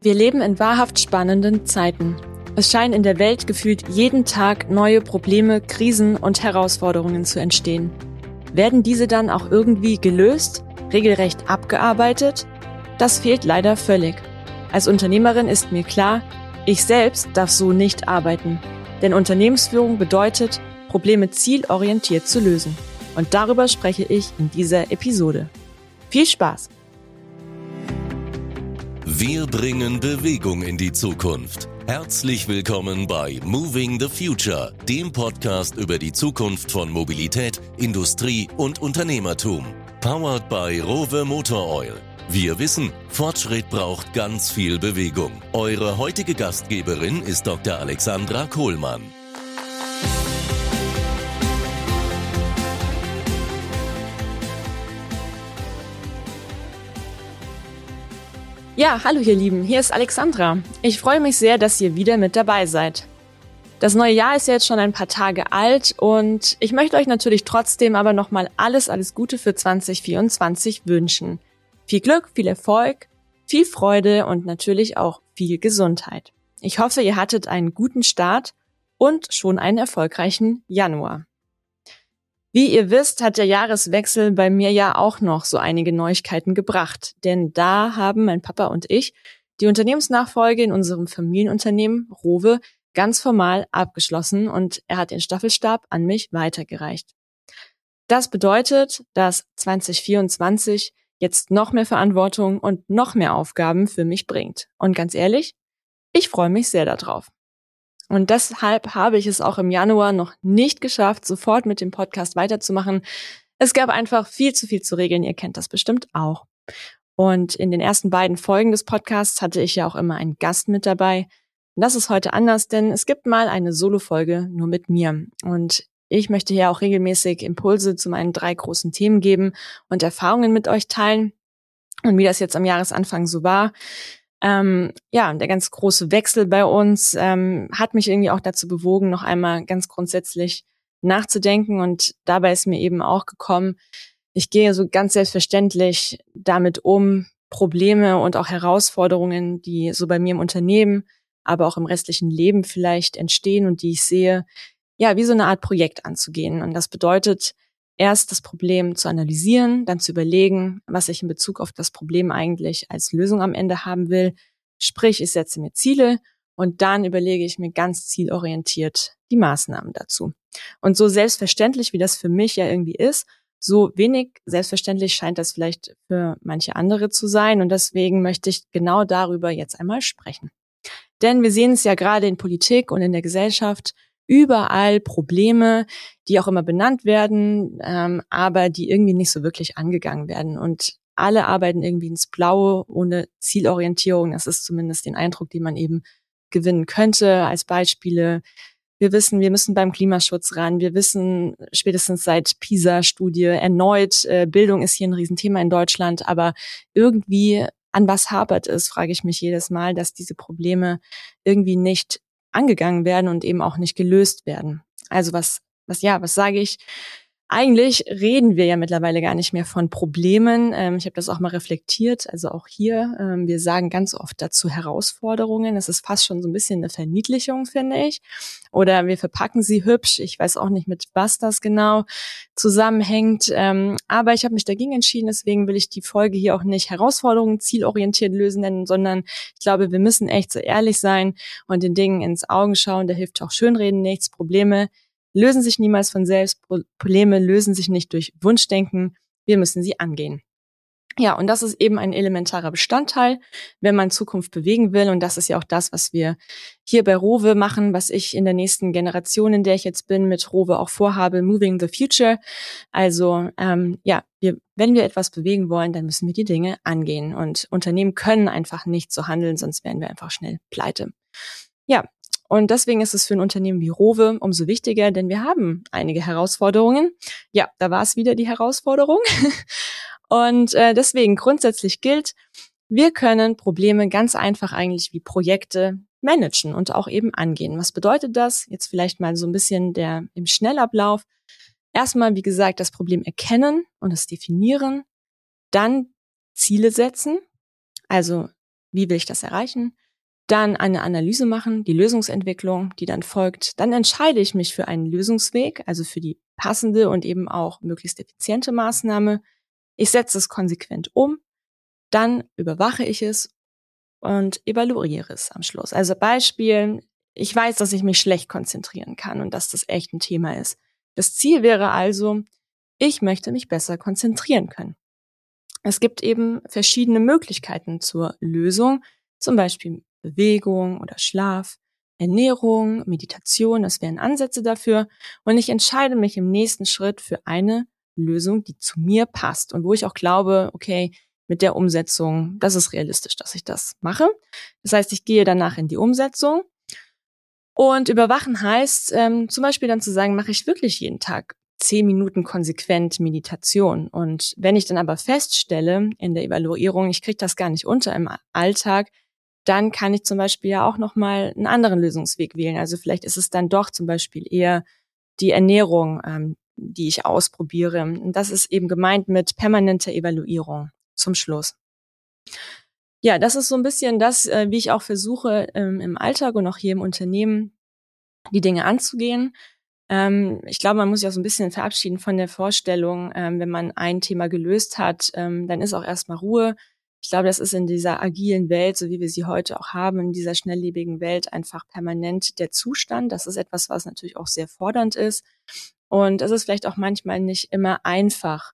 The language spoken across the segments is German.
Wir leben in wahrhaft spannenden Zeiten. Es scheinen in der Welt gefühlt jeden Tag neue Probleme, Krisen und Herausforderungen zu entstehen. Werden diese dann auch irgendwie gelöst, regelrecht abgearbeitet? Das fehlt leider völlig. Als Unternehmerin ist mir klar, ich selbst darf so nicht arbeiten. Denn Unternehmensführung bedeutet, Probleme zielorientiert zu lösen. Und darüber spreche ich in dieser Episode. Viel Spaß! Wir bringen Bewegung in die Zukunft. Herzlich willkommen bei Moving the Future, dem Podcast über die Zukunft von Mobilität, Industrie und Unternehmertum. Powered by Rowe Motor Oil. Wir wissen, Fortschritt braucht ganz viel Bewegung. Eure heutige Gastgeberin ist Dr. Alexandra Kohlmann. Ja, hallo ihr Lieben, hier ist Alexandra. Ich freue mich sehr, dass ihr wieder mit dabei seid. Das neue Jahr ist ja jetzt schon ein paar Tage alt und ich möchte euch natürlich trotzdem aber nochmal alles Gute für 2024 wünschen. Viel Glück, viel Erfolg, viel Freude und natürlich auch viel Gesundheit. Ich hoffe, ihr hattet einen guten Start und schon einen erfolgreichen Januar. Wie ihr wisst, hat der Jahreswechsel bei mir ja auch noch so einige Neuigkeiten gebracht. Denn da haben mein Papa und ich die Unternehmensnachfolge in unserem Familienunternehmen Rowe ganz formal abgeschlossen und er hat den Staffelstab an mich weitergereicht. Das bedeutet, dass 2024 jetzt noch mehr Verantwortung und noch mehr Aufgaben für mich bringt. Und ganz ehrlich, ich freue mich sehr darauf. Und deshalb habe ich es auch im Januar noch nicht geschafft, sofort mit dem Podcast weiterzumachen. Es gab einfach viel zu regeln, ihr kennt das bestimmt auch. Und in den ersten beiden Folgen des Podcasts hatte ich ja auch immer einen Gast mit dabei. Und das ist heute anders, denn es gibt mal eine Solo-Folge nur mit mir. Und ich möchte hier auch regelmäßig Impulse zu meinen 3 großen Themen geben und Erfahrungen mit euch teilen. Und wie das jetzt am Jahresanfang so war, der ganz große Wechsel bei uns hat mich irgendwie auch dazu bewogen, noch einmal ganz grundsätzlich nachzudenken. Und dabei ist mir eben auch gekommen, ich gehe so ganz selbstverständlich damit um, Probleme und auch Herausforderungen, die so bei mir im Unternehmen, aber auch im restlichen Leben vielleicht entstehen und die ich sehe, ja, wie so eine Art Projekt anzugehen. Und das bedeutet, erst das Problem zu analysieren, dann zu überlegen, was ich in Bezug auf das Problem eigentlich als Lösung am Ende haben will. Sprich, ich setze mir Ziele und dann überlege ich mir ganz zielorientiert die Maßnahmen dazu. Und so selbstverständlich, wie das für mich ja irgendwie ist, so wenig selbstverständlich scheint das vielleicht für manche andere zu sein. Und deswegen möchte ich genau darüber jetzt einmal sprechen. Denn wir sehen es ja gerade in Politik und in der Gesellschaft, überall Probleme, die auch immer benannt werden, aber die irgendwie nicht so wirklich angegangen werden. Und alle arbeiten irgendwie ins Blaue, ohne Zielorientierung. Das ist zumindest den Eindruck, den man eben gewinnen könnte. Als Beispiele, wir wissen, wir müssen beim Klimaschutz ran. Wir wissen spätestens seit PISA-Studie erneut, Bildung ist hier ein Riesenthema in Deutschland, aber irgendwie an was hapert es, frage ich mich jedes Mal, dass diese Probleme irgendwie nicht angegangen werden und eben auch nicht gelöst werden. Also was sage ich? Eigentlich reden wir ja mittlerweile gar nicht mehr von Problemen. Ich habe das auch mal reflektiert, also auch hier. Wir sagen ganz oft dazu Herausforderungen. Das ist fast schon so ein bisschen eine Verniedlichung, finde ich. Oder wir verpacken sie hübsch. Ich weiß auch nicht, mit was das genau zusammenhängt. Aber ich habe mich dagegen entschieden. Deswegen will ich die Folge hier auch nicht Herausforderungen zielorientiert lösen nennen, sondern ich glaube, wir müssen echt so ehrlich sein und den Dingen ins Augen schauen. Da hilft auch Schönreden nichts. Probleme lösen sich niemals von selbst. Probleme lösen sich nicht durch Wunschdenken. Wir müssen sie angehen. Ja, und das ist eben ein elementarer Bestandteil, wenn man Zukunft bewegen will. Und das ist ja auch das, was wir hier bei Rowe machen, was ich in der nächsten Generation, in der ich jetzt bin, mit Rowe auch vorhabe, Moving the Future. Also wenn wir etwas bewegen wollen, dann müssen wir die Dinge angehen. Und Unternehmen können einfach nicht so handeln, sonst wären wir einfach schnell pleite. Ja, und deswegen ist es für ein Unternehmen wie Rowe umso wichtiger, denn wir haben einige Herausforderungen. Ja, da war es wieder die Herausforderung. Und deswegen grundsätzlich gilt, wir können Probleme ganz einfach eigentlich wie Projekte managen und auch eben angehen. Was bedeutet das? Jetzt vielleicht mal so ein bisschen im Schnellablauf. Erstmal, wie gesagt, das Problem erkennen und es definieren, dann Ziele setzen, also wie will ich das erreichen? Dann eine Analyse machen, die Lösungsentwicklung, die dann folgt. Dann entscheide ich mich für einen Lösungsweg, also für die passende und eben auch möglichst effiziente Maßnahme. Ich setze es konsequent um, dann überwache ich es und evaluiere es am Schluss. Also Beispiel, ich weiß, dass ich mich schlecht konzentrieren kann und dass das echt ein Thema ist. Das Ziel wäre also, ich möchte mich besser konzentrieren können. Es gibt eben verschiedene Möglichkeiten zur Lösung, zum Beispiel Bewegung oder Schlaf, Ernährung, Meditation, das wären Ansätze dafür. Und ich entscheide mich im nächsten Schritt für eine Lösung, die zu mir passt und wo ich auch glaube, okay, mit der Umsetzung, das ist realistisch, dass ich das mache. Das heißt, ich gehe danach in die Umsetzung. Und überwachen heißt zum Beispiel dann zu sagen, mache ich wirklich jeden Tag 10 Minuten konsequent Meditation. Und wenn ich dann aber feststelle in der Evaluierung, ich kriege das gar nicht unter im Alltag, dann kann ich zum Beispiel ja auch nochmal einen anderen Lösungsweg wählen. Also vielleicht ist es dann doch zum Beispiel eher die Ernährung, die ich ausprobiere. Und das ist eben gemeint mit permanenter Evaluierung zum Schluss. Ja, das ist so ein bisschen das, wie ich auch versuche, im Alltag und auch hier im Unternehmen die Dinge anzugehen. Ich glaube, man muss sich auch so ein bisschen verabschieden von der Vorstellung, wenn man ein Thema gelöst hat, dann ist auch erstmal Ruhe. Ich glaube, das ist in dieser agilen Welt, so wie wir sie heute auch haben, in dieser schnelllebigen Welt einfach permanent der Zustand. Das ist etwas, was natürlich auch sehr fordernd ist. Und es ist vielleicht auch manchmal nicht immer einfach,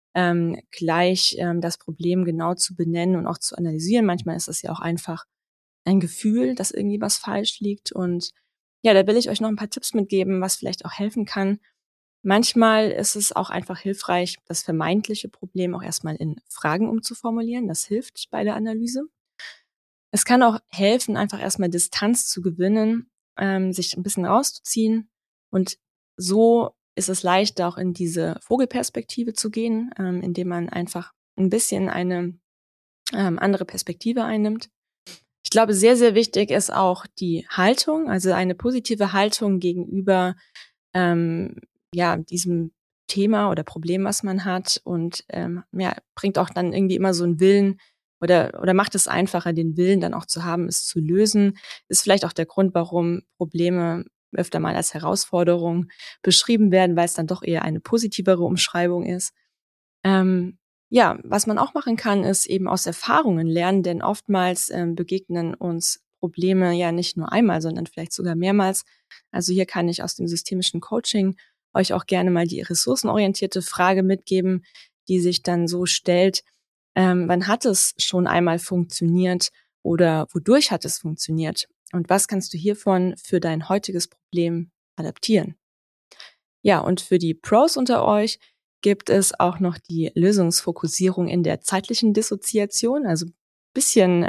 gleich das Problem genau zu benennen und auch zu analysieren. Manchmal ist es ja auch einfach ein Gefühl, dass irgendwie was falsch liegt. Und ja, da will ich euch noch ein paar Tipps mitgeben, was vielleicht auch helfen kann. Manchmal ist es auch einfach hilfreich, das vermeintliche Problem auch erstmal in Fragen umzuformulieren. Das hilft bei der Analyse. Es kann auch helfen, einfach erstmal Distanz zu gewinnen, sich ein bisschen rauszuziehen. Und so ist es leichter, auch in diese Vogelperspektive zu gehen, indem man einfach ein bisschen eine andere Perspektive einnimmt. Ich glaube, sehr, sehr wichtig ist auch die Haltung, also eine positive Haltung gegenüber ähm, diesem Thema oder Problem, was man hat, und bringt auch dann irgendwie immer so einen Willen oder macht es einfacher, den Willen dann auch zu haben, es zu lösen. Ist vielleicht auch der Grund, warum Probleme öfter mal als Herausforderung beschrieben werden, weil es dann doch eher eine positivere Umschreibung ist. Was man auch machen kann, ist eben aus Erfahrungen lernen, denn oftmals begegnen uns Probleme ja nicht nur einmal, sondern vielleicht sogar mehrmals. Also hier kann ich aus dem systemischen Coaching euch auch gerne mal die ressourcenorientierte Frage mitgeben, die sich dann so stellt: Wann hat es schon einmal funktioniert oder wodurch hat es funktioniert? Und was kannst du hiervon für dein heutiges Problem adaptieren? Ja, und für die Pros unter euch gibt es auch noch die Lösungsfokussierung in der zeitlichen Dissoziation, also bisschen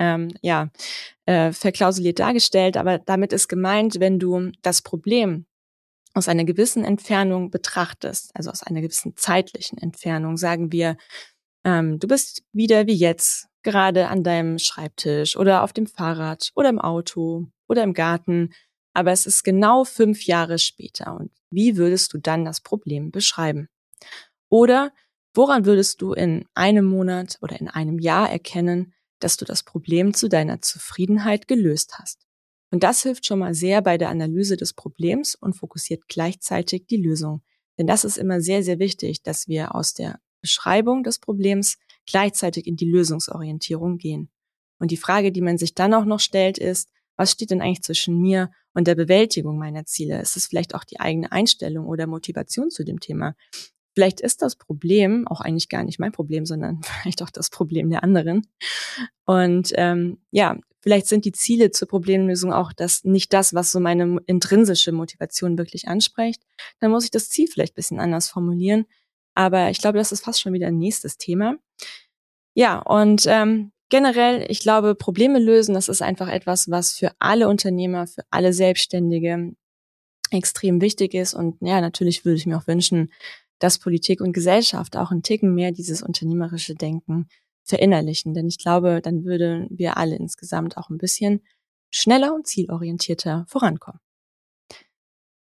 verklausuliert dargestellt, aber damit ist gemeint, wenn du das Problem aus einer gewissen Entfernung betrachtest, also aus einer gewissen zeitlichen Entfernung, sagen wir, du bist wieder wie jetzt gerade an deinem Schreibtisch oder auf dem Fahrrad oder im Auto oder im Garten, aber es ist genau 5 Jahre später. Und wie würdest du dann das Problem beschreiben? Oder woran würdest du in einem Monat oder in einem Jahr erkennen, dass du das Problem zu deiner Zufriedenheit gelöst hast? Und das hilft schon mal sehr bei der Analyse des Problems und fokussiert gleichzeitig die Lösung. Denn das ist immer sehr, sehr wichtig, dass wir aus der Beschreibung des Problems gleichzeitig in die Lösungsorientierung gehen. Und die Frage, die man sich dann auch noch stellt, ist: Was steht denn eigentlich zwischen mir und der Bewältigung meiner Ziele? Ist es vielleicht auch die eigene Einstellung oder Motivation zu dem Thema? Vielleicht ist das Problem auch eigentlich gar nicht mein Problem, sondern vielleicht auch das Problem der anderen. Und vielleicht sind die Ziele zur Problemlösung auch nicht das, was so meine intrinsische Motivation wirklich anspricht. Dann muss ich das Ziel vielleicht ein bisschen anders formulieren. Aber ich glaube, das ist fast schon wieder ein nächstes Thema. Ja, und generell, ich glaube, Probleme lösen, das ist einfach etwas, was für alle Unternehmer, für alle Selbstständige extrem wichtig ist. Und ja, natürlich würde ich mir auch wünschen, dass Politik und Gesellschaft auch einen Ticken mehr dieses unternehmerische Denken verinnerlichen. Denn ich glaube, dann würden wir alle insgesamt auch ein bisschen schneller und zielorientierter vorankommen.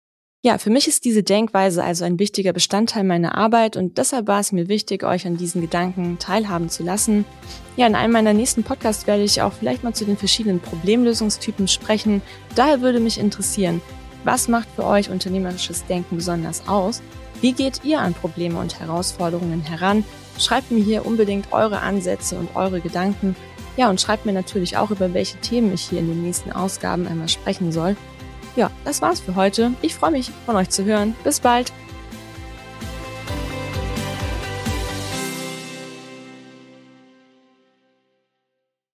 Ja, für mich ist diese Denkweise also ein wichtiger Bestandteil meiner Arbeit und deshalb war es mir wichtig, euch an diesen Gedanken teilhaben zu lassen. Ja, in einem meiner nächsten Podcasts werde ich auch vielleicht mal zu den verschiedenen Problemlösungstypen sprechen. Daher würde mich interessieren, was macht für euch unternehmerisches Denken besonders aus? Wie geht ihr an Probleme und Herausforderungen heran? Schreibt mir hier unbedingt eure Ansätze und eure Gedanken. Ja, und schreibt mir natürlich auch, über welche Themen ich hier in den nächsten Ausgaben einmal sprechen soll. Ja, das war's für heute. Ich freue mich, von euch zu hören. Bis bald!